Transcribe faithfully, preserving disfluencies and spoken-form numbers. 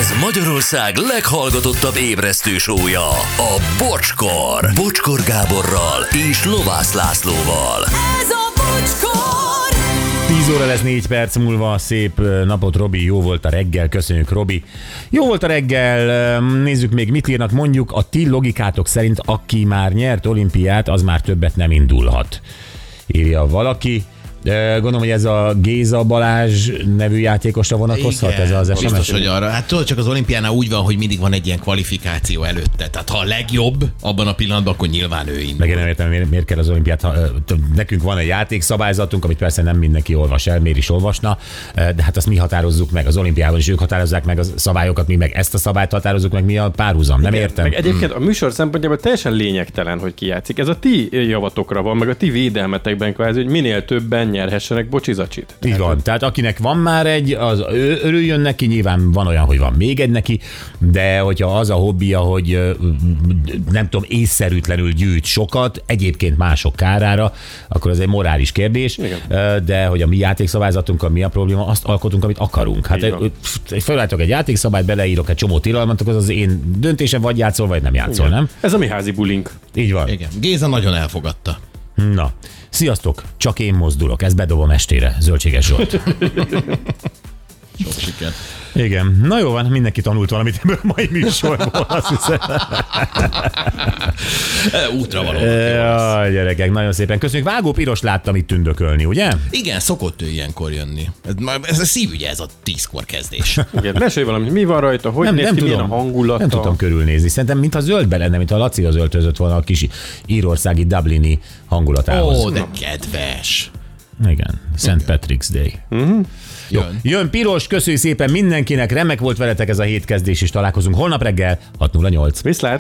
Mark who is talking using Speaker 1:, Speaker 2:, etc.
Speaker 1: Ez Magyarország leghallgatottabb ébresztő sója, a Bocskor. Bocskor Gáborral és Lovász Lászlóval.
Speaker 2: Ez a Bocskor!
Speaker 3: tíz óra lesz négy perc múlva, szép napot, Robi, jó volt a reggel, köszönjük, Robi. Jó volt a reggel, nézzük még mit írnak, mondjuk a ti logikátok szerint, aki már nyert olimpiát, az már többet nem indulhat. Írja valaki. Gondolom, hogy ez a Géza Balázs nevű játékosra vonatkozhat.
Speaker 4: Igen,
Speaker 3: ez az es em es?
Speaker 4: biztos, hogy arra. Hát tudod, csak az olimpiánál úgy van, hogy mindig van egy ilyen kvalifikáció előtte. Tehát ha a legjobb abban a pillanatban, akkor nyilván ő indul.
Speaker 3: Meg én nem értem, miért, miért kell az olimpiát. Ha, nekünk van egy játékszabályzatunk, amit persze nem mindenki olvas el, miért is olvasna, de hát azt mi határozzuk meg az olimpiában, és ők határozzák meg a szabályokat, mi meg ezt a szabályt határozzuk meg, mi a párhuzam. Nem
Speaker 5: Igen,
Speaker 3: értem.
Speaker 5: meg egyébként a műsor szempontjából teljesen lényegtelen, hogy ki játszik. Ez a ti javatokra van, meg a ti védelmetekben kvázi, hogy minél többen nyerhessenek bocsizacsit.
Speaker 3: Így van. Tehát akinek van már egy, az ő örüljön neki, nyilván van olyan, hogy van még egy neki, de hogyha az a hobbija, hogy nem tudom, észszerűtlenül gyűjt sokat, egyébként mások kárára, akkor ez egy morális kérdés, igen. De hogy a mi játékszabályzatunkkal mi a probléma, azt alkotunk, amit akarunk. Hát felállítok egy játékszabályt, beleírok egy csomó tilalmat, akkor az az én döntésem, vagy játszol, vagy nem játszol, igen. Nem?
Speaker 5: Ez a mi házi bulink.
Speaker 3: Így van.
Speaker 4: Igen. Géza nagyon elfogadta.
Speaker 3: Na, sziasztok, csak én mozdulok, ezt bedobom estére, Zöldséges Zsolt.
Speaker 4: Sok sikert.
Speaker 3: Igen, na jó van, mindenki tanult valamit ebből a mai műsorból, azt hiszem.
Speaker 4: Útra való.
Speaker 3: Jaj, gyerekek, nagyon szépen köszönjük. Vágó Piros láttam itt tündökölni, ugye?
Speaker 4: Igen, szokott ő ilyenkor jönni. Ez, ez a szívügye, ez a tízkor kezdés.
Speaker 5: Igen, mesélj valamit, mi van rajta, hogy
Speaker 3: nem,
Speaker 5: néz
Speaker 3: nem
Speaker 5: ki,
Speaker 3: tudom,
Speaker 5: milyen a hangulata.
Speaker 3: Nem tudtam körülnézni. Szerintem, mintha zöldbe lenne, mintha Laci az öltözött volna a kis írországi Dublini hangulatához.
Speaker 4: Ó, de kedves.
Speaker 3: Igen, Saint Patrick's Day.
Speaker 5: Uh-huh.
Speaker 3: Jó. Jön Piros, köszönjük szépen mindenkinek, remek volt veletek ez a hétkezdés, és találkozunk holnap reggel hat nulla nyolc.
Speaker 5: Viszlát!